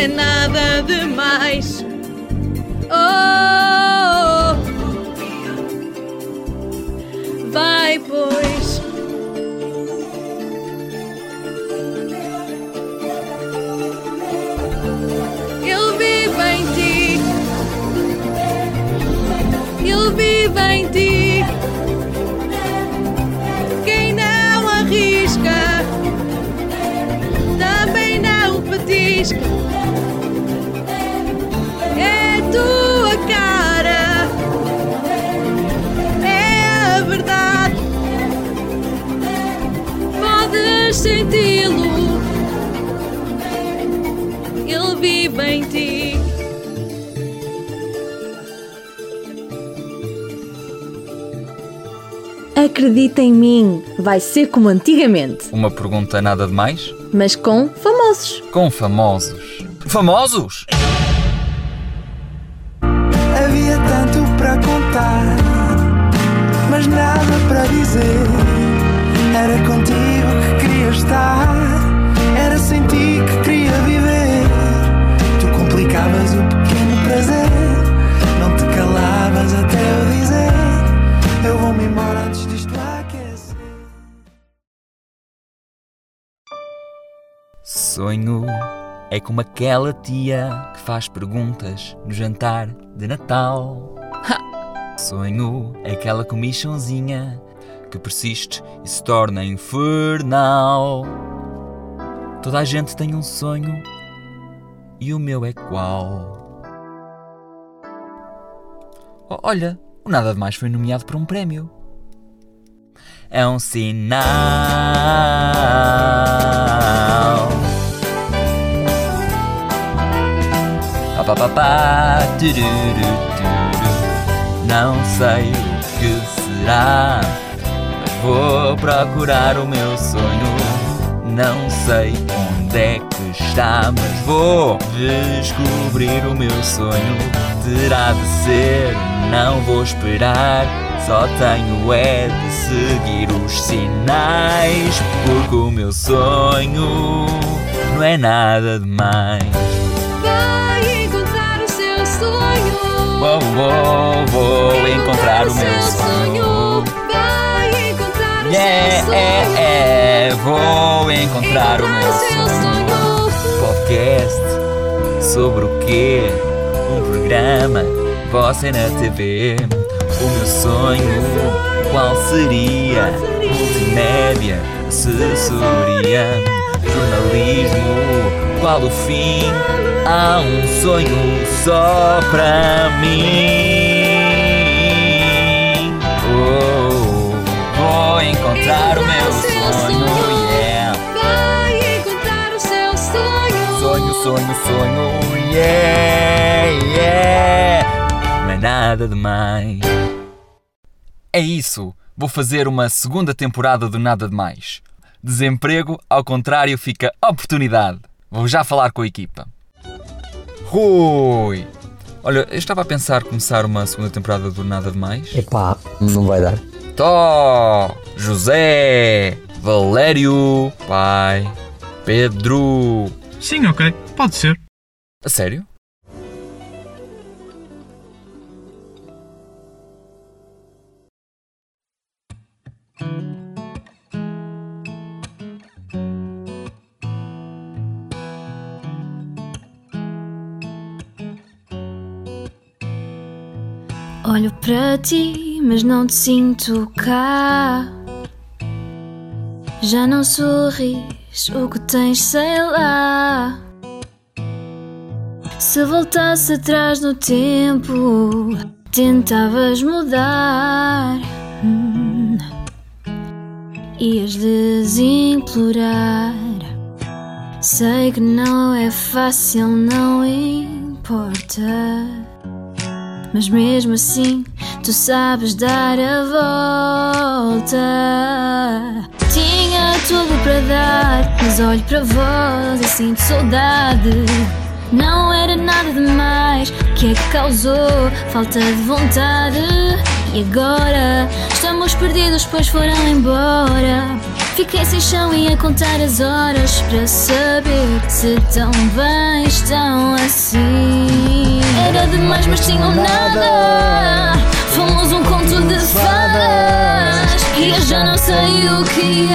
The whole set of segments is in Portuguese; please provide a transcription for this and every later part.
é nada demais. Oh, vai pois. Ele vive em ti. Ele vive em ti. Quem não arrisca também não petisca. É a tua cara, é a verdade. Podes senti-lo. Ele vive em ti. Acredita em mim, vai ser como antigamente, Uma pergunta nada demais? mas com famosos. Com famosos. Famosos? Havia tanto para contar, mas nada para dizer. Era contigo que queria estar, era sem ti que queria viver. Tu complicavas o pequeno prazer, não te calavas até eu dizer: eu vou-me embora antes disto aquecer. Sonho é como aquela tia que faz perguntas no jantar de Natal. Ha! Sonho é aquela comichãozinha que persiste e se torna infernal. Toda a gente tem um sonho e o meu é qual? Olha, o Nada Demais foi nomeado para um prémio. É um sinal. Pá, pá, pá, tururu, tururu. Não sei o que será, mas vou procurar o meu sonho. Não sei onde é que está, mas vou descobrir o meu sonho. Terá de ser, não vou esperar. Só tenho é de seguir os sinais, porque o meu sonho não é nada demais. Vai encontrar o seu sonho. Vou encontrar o meu sonho. Vai encontrar o seu sonho. Vou encontrar o meu sonho. Podcast sobre o quê? Um programa, você na TV. O meu sonho, qual seria? Multimédia, assessoria, jornalismo, qual o fim? Há um sonho só para mim. Vou encontrar o meu sonho, yeah. Vai encontrar o seu sonho. Sonho, yeah, yeah. Não é nada demais. É isso, vou fazer uma segunda temporada do Nada Demais. Desemprego, ao contrário, fica oportunidade. Vou já falar com a equipa. Rui! Olha, eu estava a pensar começar uma segunda temporada do Nada Demais. Epá, não vai dar. Tó, José, Valério, pai, Pedro. Sim, ok, pode ser. A sério? Olho para ti, mas não te sinto cá. Já não sorris, o que tens, sei lá. Se voltasse atrás no tempo, tentavas mudar. Ias desimplorar. Sei que não é fácil, não importa. Mas mesmo assim, tu sabes dar a volta. Tinha tudo para dar, mas olho para vós e sinto saudade. Não era nada demais, o que é que causou? Falta de vontade. E agora, estamos perdidos, pois foram embora. Fiquei sem chão e a contar as horas para saber se tão bem estão assim. Era demais, mas tinham nada. Fomos um conto de fadas e eu já não sei o que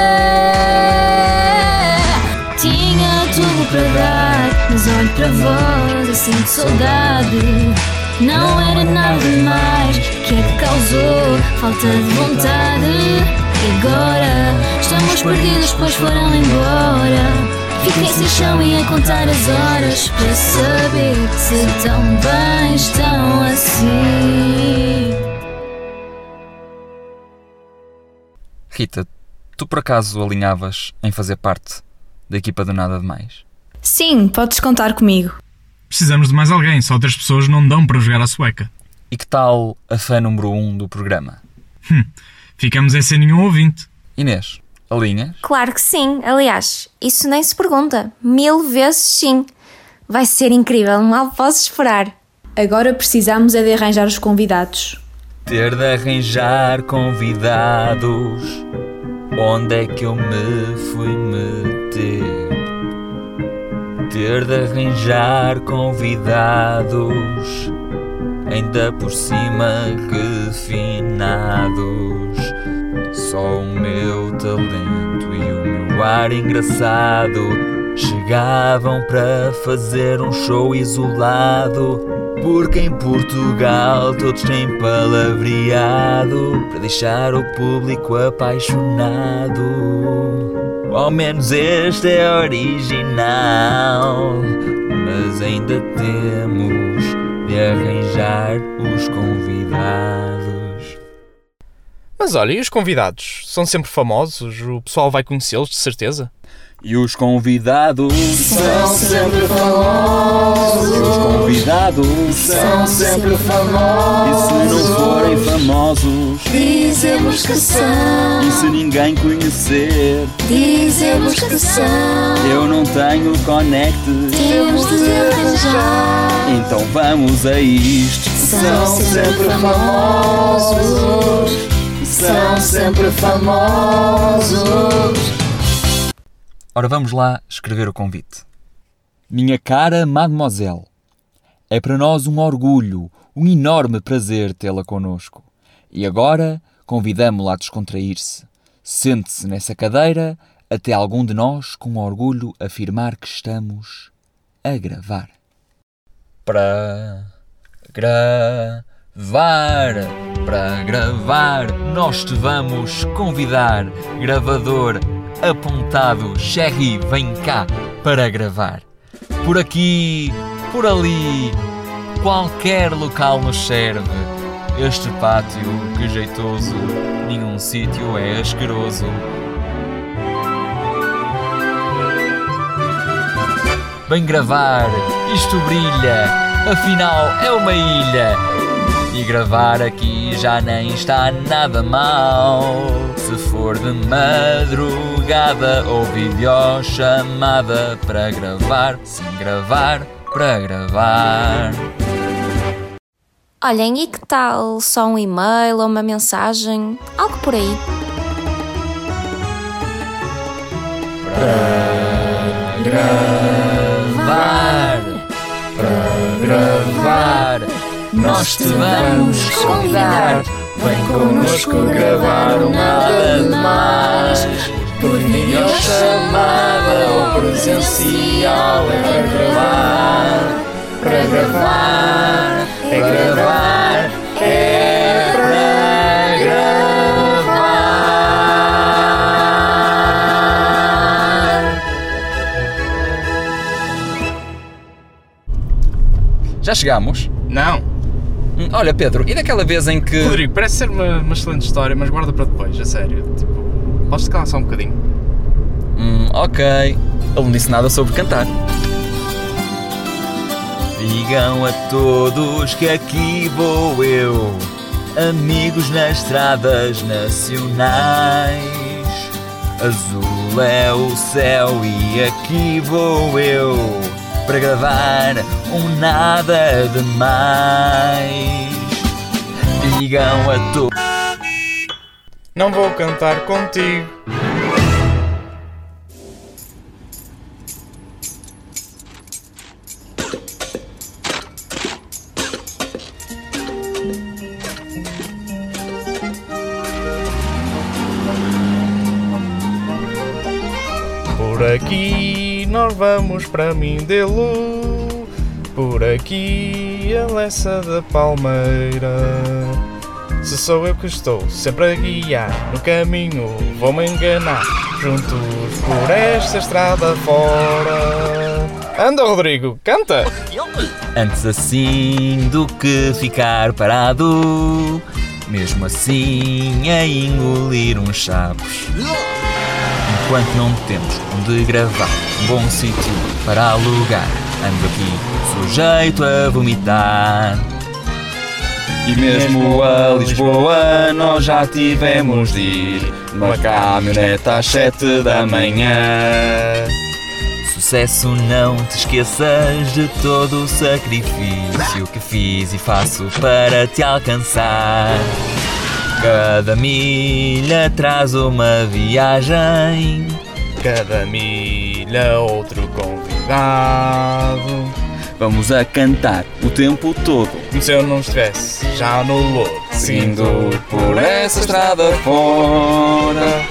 é. Tinha tudo para dar, mas olho para vós e sinto saudade. Não era nada demais, que é que causou falta de vontade. E agora estamos perdidos, pois foram embora. Fiquei sem chão e a contar as horas para saber se tão bem estão assim. Rita, tu por acaso alinhavas em fazer parte da equipa do Nada de Mais? Sim, podes contar comigo. Precisamos de mais alguém, só 3 pessoas não dão para jogar à sueca. E que tal a fã número 1 do programa? Ficamos sem nenhum ouvinte. Inês, alinhas? Claro que sim, aliás, isso nem se pergunta. 1000 vezes sim. Vai ser incrível, mal posso esperar. Agora precisamos é de arranjar os convidados. Ter de arranjar convidados. Onde é que eu me fui meter? Ter de arranjar convidados, ainda por cima refinados. Só o meu talento e o meu ar engraçado chegavam para fazer um show isolado, porque em Portugal todos têm palavreado para deixar o público apaixonado. Ao menos este é original, mas ainda temos de arranjar os convidados. Mas olha, e os convidados? São sempre famosos? O pessoal vai conhecê-los, de certeza? E os convidados São sempre famosos. E os convidados São sempre E famosos. se não forem famosos, Dizemos que são. e se ninguém conhecer, Dizemos que são. eu não tenho connect. Temos de arranjar. Então vamos a isto. São sempre famosos. São sempre famosos. Ora, vamos lá escrever o convite. Minha cara Mademoiselle, é para nós um orgulho, um enorme prazer tê-la connosco. E agora convidamo-la a descontrair-se. Sente-se nessa cadeira até algum de nós com orgulho afirmar que estamos a gravar. Para gravar, nós te vamos convidar, gravador apontado, Sherry, vem cá para gravar. Por aqui, por ali, qualquer local nos serve. Este pátio, que jeitoso, nenhum sítio é asqueroso. Vem gravar, isto brilha, afinal é uma ilha. E gravar aqui já nem está nada mal. Se for de madrugada ou videochamada para gravar, sim, gravar, para gravar. Olhem, e que tal só um e-mail ou uma mensagem? Algo por aí. Para gravar, nós te vamos convidar. Vem connosco gravar um Nada de Mais. Por videochamada ou presencial é para gravar. Para gravar, é gravar, é para gravar. Já chegamos? Não. Olha, Pedro, e daquela vez em que... Rodrigo, parece ser uma excelente história, mas guarda para depois, a sério. Tipo, podes-te calar só um bocadinho? Ok. Ele não disse nada sobre cantar. Digam a todos que aqui vou eu, amigos nas estradas nacionais. Azul é o céu e aqui vou eu, para gravar um Nada de Mais. Digam a todos. Não vou cantar contigo. Por aqui nós vamos para Mindelo, por aqui a Lessa da Palmeira. Se sou eu que estou sempre a guiar no caminho, vou-me enganar juntos por esta estrada fora. Anda, Rodrigo, canta! Antes assim do que ficar parado, mesmo assim a engolir uns chapos. Enquanto não temos onde gravar um bom sítio para alugar, ando aqui sujeito a vomitar. E mesmo a Lisboa nós já tivemos de ir numa caminhonete às 7 da manhã. Sucesso, não te esqueças de todo o sacrifício que fiz e faço para te alcançar. Cada milha traz uma viagem, cada milha outro convidado. Vamos a cantar o tempo todo, como se eu não estivesse já no lodo, seguindo por essa estrada fora.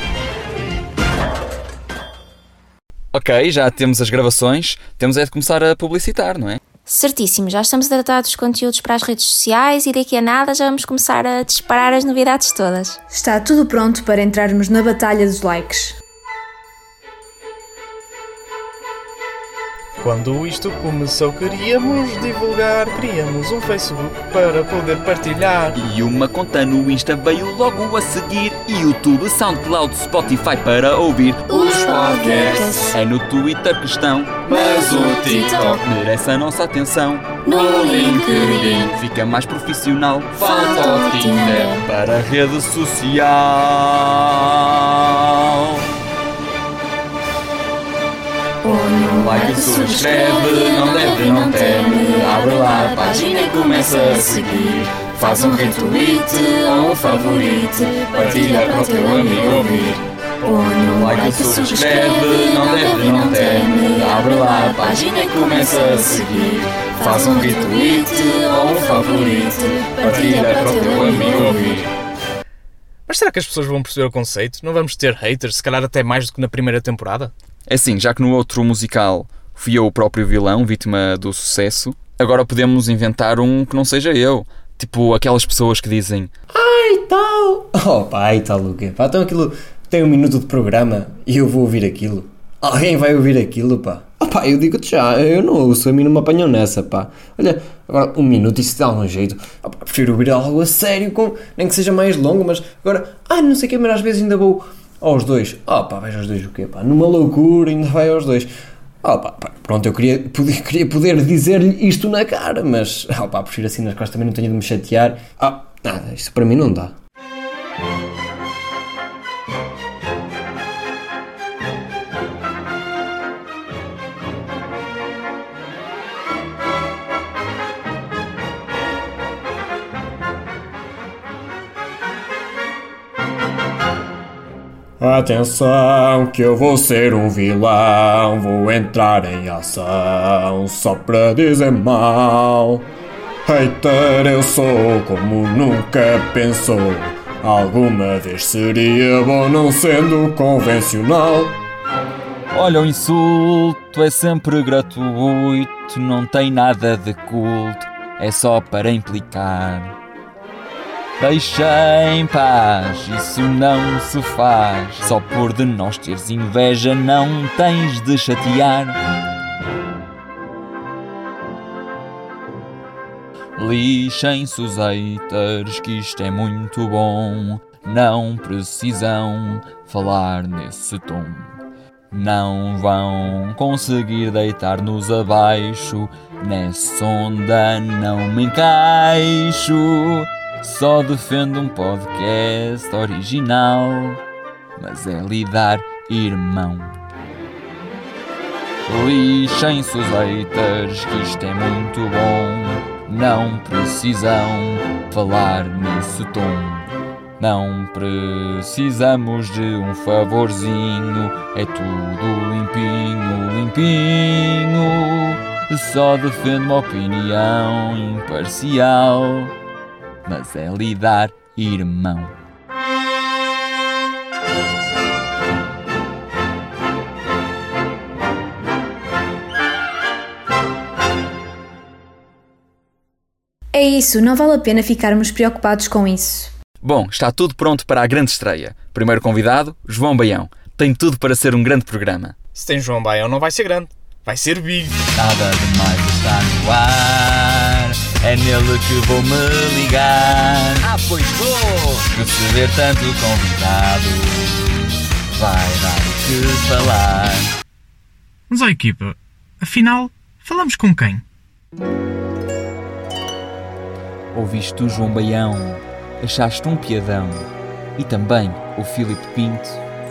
Ok, já temos as gravações, temos é de começar a publicitar, não é? Certíssimo, já estamos a tratar dos conteúdos para as redes sociais e daqui a nada já vamos começar a disparar as novidades todas. Está tudo pronto para entrarmos na batalha dos likes. Quando isto começou queríamos divulgar, queríamos um Facebook para poder partilhar. E uma conta no Insta veio logo a seguir, YouTube, SoundCloud, Spotify para ouvir os podcasts. É no Twitter que estão, mas o TikTok merece a nossa atenção. No LinkedIn fica mais profissional, falta o Tinder para a rede social. Like, subscreve, não deve, não teme. Abre lá a página e começa a seguir. Faz um retweet ou um favorite, partilha para o teu amigo ouvir. Like, subscreve, não deve, não teme. Abre lá a página e começa a seguir. Faz um retweet ou um favorite, partilha para o teu amigo ouvir. Mas será que as pessoas vão perceber o conceito? Não vamos ter haters, se calhar até mais do que na primeira temporada? É assim, já que no outro musical fui eu o próprio vilão, vítima do sucesso, agora podemos inventar um que não seja eu. Tipo aquelas pessoas que dizem: ai tal! Oh pá, ai tal o quê? Pá, então aquilo tem 1 minuto de programa e eu vou ouvir aquilo. Alguém vai ouvir aquilo, pá? Oh pá, eu digo-te já, eu não ouço, a mim não me apanham nessa, pá. Olha, agora 1 minuto, isso dá um jeito. Oh, pá, prefiro ouvir algo a sério, nem que seja mais longo, mas agora, não sei o quê, mas às vezes ainda vou aos dois. Oh pá, vais aos dois o quê, pá? Numa loucura ainda vai aos dois. Oh pá, pronto, eu queria poder dizer-lhe isto na cara, mas oh pá, prefiro assim nas costas, também não tenho de me chatear. Nada, isto para mim não dá. Atenção que eu vou ser um vilão, vou entrar em ação só para dizer mal. Hater eu sou como nunca pensou, alguma vez seria bom não sendo convencional. Olha, o insulto é sempre gratuito, não tem nada de culto, é só para implicar. Deixa em paz, isso não se faz. Só por de nós teres inveja não tens de chatear. Lixem-se os haters, que isto é muito bom. Não precisam falar nesse tom. Não vão conseguir deitar-nos abaixo. Nessa onda não me encaixo. Só defendo um podcast original, mas é lidar, irmão. Lixem-se os haters, que isto é muito bom. Não precisam falar nesse tom. Não precisamos de um favorzinho. É tudo limpinho, limpinho. Só defendo uma opinião imparcial, mas é lidar, irmão. É isso, não vale a pena ficarmos preocupados com isso. Bom, está tudo pronto para a grande estreia. Primeiro convidado, João Baião. Tem tudo para ser um grande programa. Se tem João Baião não vai ser grande, vai ser big. Nada demais está no ar, é nele que vou me ligar. Pois vou! Receber tanto convidado, vai dar o que falar. Mas ó equipa, afinal, falamos com quem? Ouviste o João Baião, achaste um piadão e também o Filipe Pinto?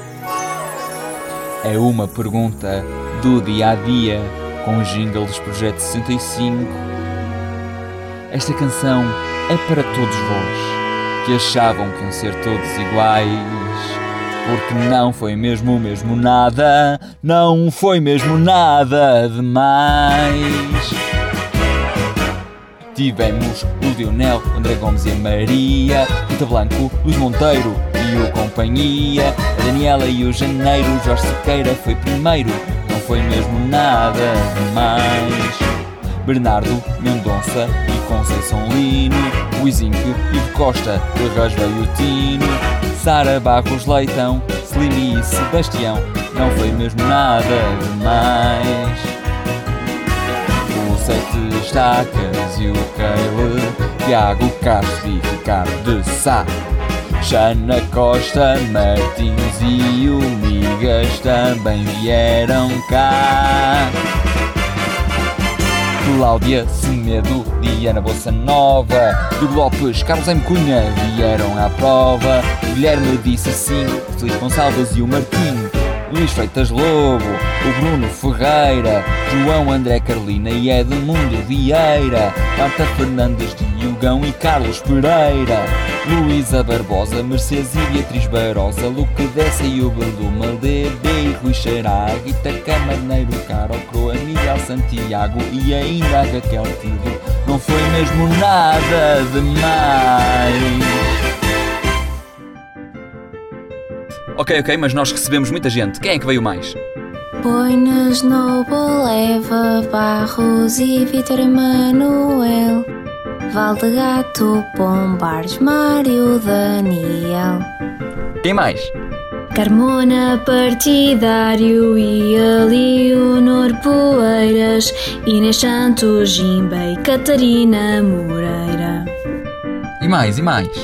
É uma pergunta do dia-a-dia com o jingle dos Projeto 65. Esta canção é para todos vós que achavam que iam ser todos iguais, porque não foi mesmo nada, não foi mesmo nada demais. Tivemos o Lionel, o André Gomes e a Maria, Rita Blanco, Luís Monteiro e o Companhia, a Daniela e o Janeiro, Jorge Sequeira foi primeiro, não foi mesmo nada demais. Bernardo, Mendonça e Conceição Lino, Luizinho e de Costa, de Reis veio o Tino, Sara Barros Leitão, Slim e Sebastião, não foi mesmo nada demais. O Sete Estacas e o Keile, Tiago Castro e Ricardo de Sá, Xana Costa, Martins e o Migas também vieram cá. Cláudia Semedo, Diana Bossa Nova, Hugo Lopes, Carlos M. Cunha vieram à prova. Guilherme disse sim, Felipe Gonçalves e o Martim, Luís Freitas Lobo, o Bruno Ferreira, João André Carolina e Edmundo Vieira, Marta Fernandes, Diogão e Carlos Pereira, Luísa Barbosa, Mercedes e Beatriz Barosa, Luque Dessa e o Belu Maldebe, Rui Xará, Rita Camarneiro, Carol Croa, Miguel Santiago e ainda a Raquel Tilo. Não foi mesmo nada demais. Ok, mas nós recebemos muita gente. Quem é que veio mais? Boinas Noble, Eva Barros e Vítor Emanuel, Valdegato, Pombares, Mário, Daniel. Quem mais? Carmona Partidário e a Leonor Poeiras, Inês Santos, Jimba e Catarina Moreira. E mais?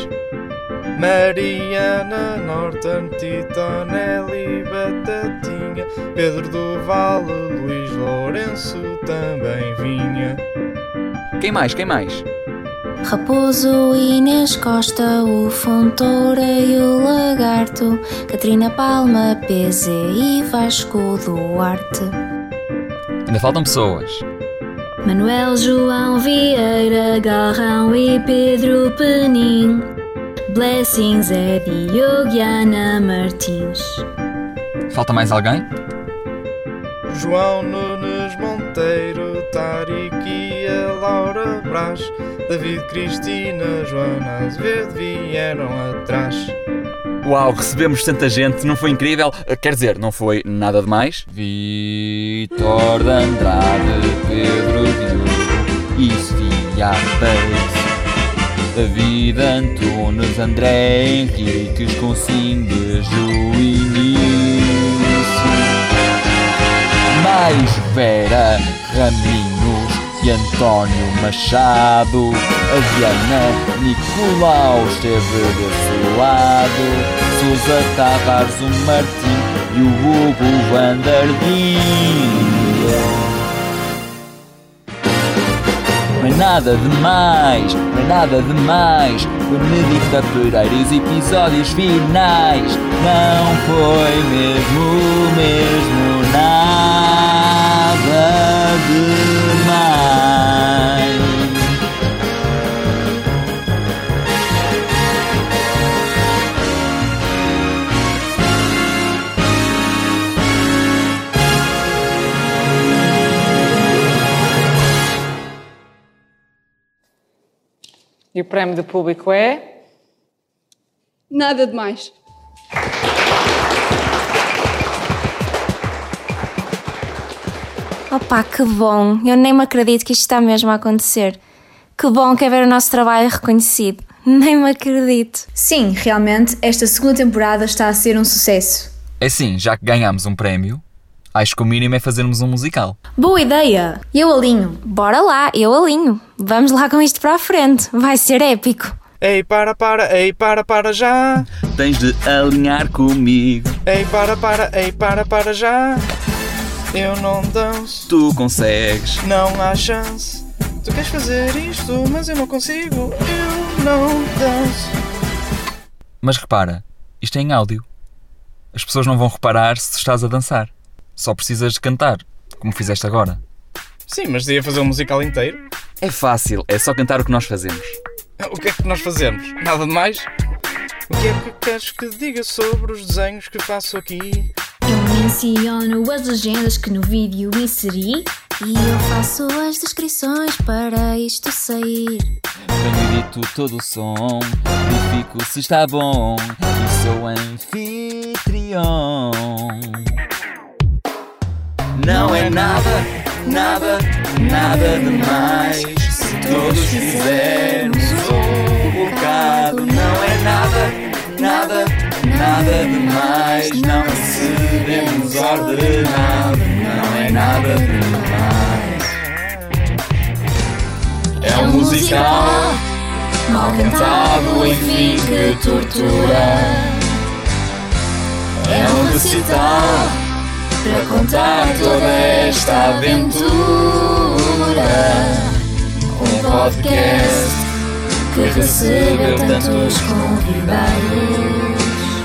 Mariana Norton, Tito, Nelly, Batatinha, Pedro do Vale, Luís Lourenço também vinha. Quem mais? Raposo, Inês Costa, o Fontoura e o Lagarto, Catarina Palma, PZ e Vasco Duarte. Ainda faltam pessoas. Manuel João Vieira, Galrão e Pedro Penin, Blessings é Diogo e Ana Martins. Falta mais alguém? João Nunes Monteiro, Tarik e a Laura Brás, David, Cristina, Joana Azevedo vieram atrás. Uau, recebemos tanta gente, não foi incrível? Quer dizer, não foi nada demais? Vitor de Andrade, Pedro Diogo e Sofia Pérez, David Antunes, André Henriques com sim desde o início, mais Vera Raminhos e António Machado, a Diana Nicolau esteve desse lado, Sousa Tavares, o Martim e o Hugo Vandardinho. Não é nada demais, Benedicta Pereira e os episódios finais. Não foi mesmo nada demais. E o prémio do público é... Nada demais. Opa, que bom! Eu nem me acredito que isto está mesmo a acontecer. Que bom que é ver o nosso trabalho reconhecido. Nem me acredito. Sim, realmente, esta segunda temporada está a ser um sucesso. É assim, já que ganhámos um prémio, acho que o mínimo é fazermos um musical. Boa ideia! Eu alinho. Bora lá, eu alinho. Vamos lá com isto para a frente. Vai ser épico. Ei, para já. Tens de alinhar comigo. Ei, para já. Eu não danço. Tu consegues. Não há chance. Tu queres fazer isto, mas eu não consigo. Eu não danço. Mas repara, isto é em áudio. As pessoas não vão reparar se tu estás a dançar. Só precisas de cantar, como fizeste agora. Sim, mas ia fazer um musical inteiro. É fácil, é só cantar o que nós fazemos. O que é que nós fazemos? Nada de mais? O que é que queres que diga sobre os desenhos que faço aqui? Eu menciono as legendas que no vídeo inseri. E eu faço as descrições para isto sair. Quando edito todo o som, verifico se está bom e sou anfitrião. Não é nada demais. Se todos fizermos um bocado, não é nada demais. Não seremos ordenado, não é nada demais. É um musical mal cantado, enfim, que tortura. É um recital para contar toda esta aventura. Um podcast que recebeu tantos convidados.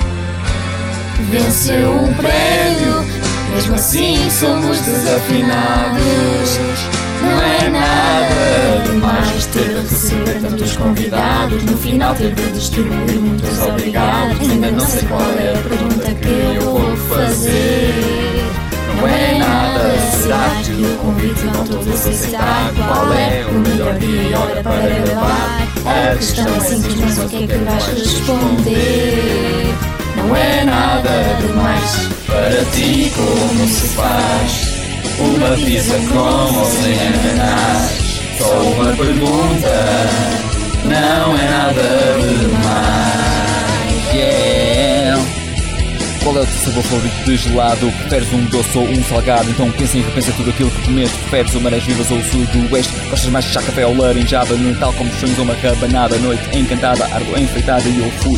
Venceu um prémio, mesmo assim somos desafinados. Não é nada demais ter de receber tantos convidados. No final ter de distribuir muitos obrigados. Ainda não sei qual é a pergunta que eu vou fazer. Não é nada, será que o convite vão todos aceitar? Qual é o melhor dia e hora para gravar? A questão é simples, mas o que é que vais responder? Não é nada demais para ti, como se faz uma pizza com ou sem ananás? Só uma pergunta, não é nada demais. Yeah. Qual é o teu sabor favorito de gelado? Preferes um doce ou um salgado? Então pensa e repensa tudo aquilo que comeste. Preferes o Marés Vivas ou o Sudoeste? Gostas mais de chá, café ou laranjada? No Natal como sonhos ou uma rabanada? Noite encantada, árvore enfeitada e eu fui.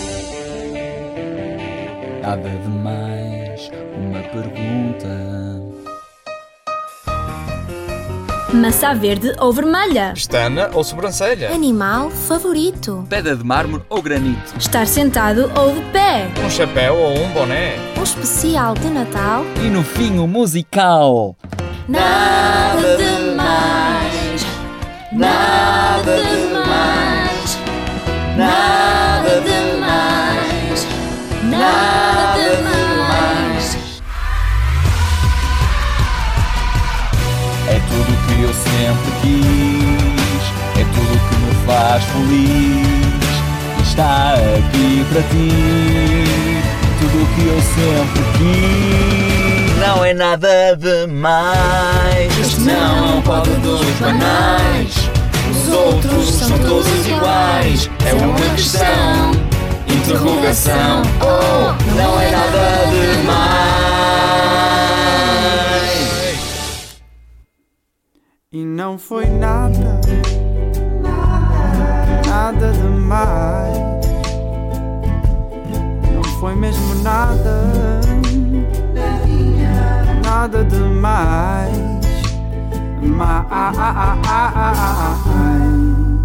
Nada demais, uma pergunta. Maçã verde ou vermelha? Pestana ou sobrancelha? Animal favorito? Pedra de mármore ou granito? Estar sentado ou de pé? Um chapéu ou um boné? Um especial de Natal? E no fim o musical. Nada demais, nada demais, nada demais, nada demais. É tudo que eu sempre quis, é tudo que me faz feliz. Está aqui para ti, tudo que eu sempre quis. Não é nada demais, este não é um pó de dois banais. Os outros são todos iguais, é uma questão, interrogação. Oh, não é nada demais. E não foi nada demais. Não foi mesmo nada demais.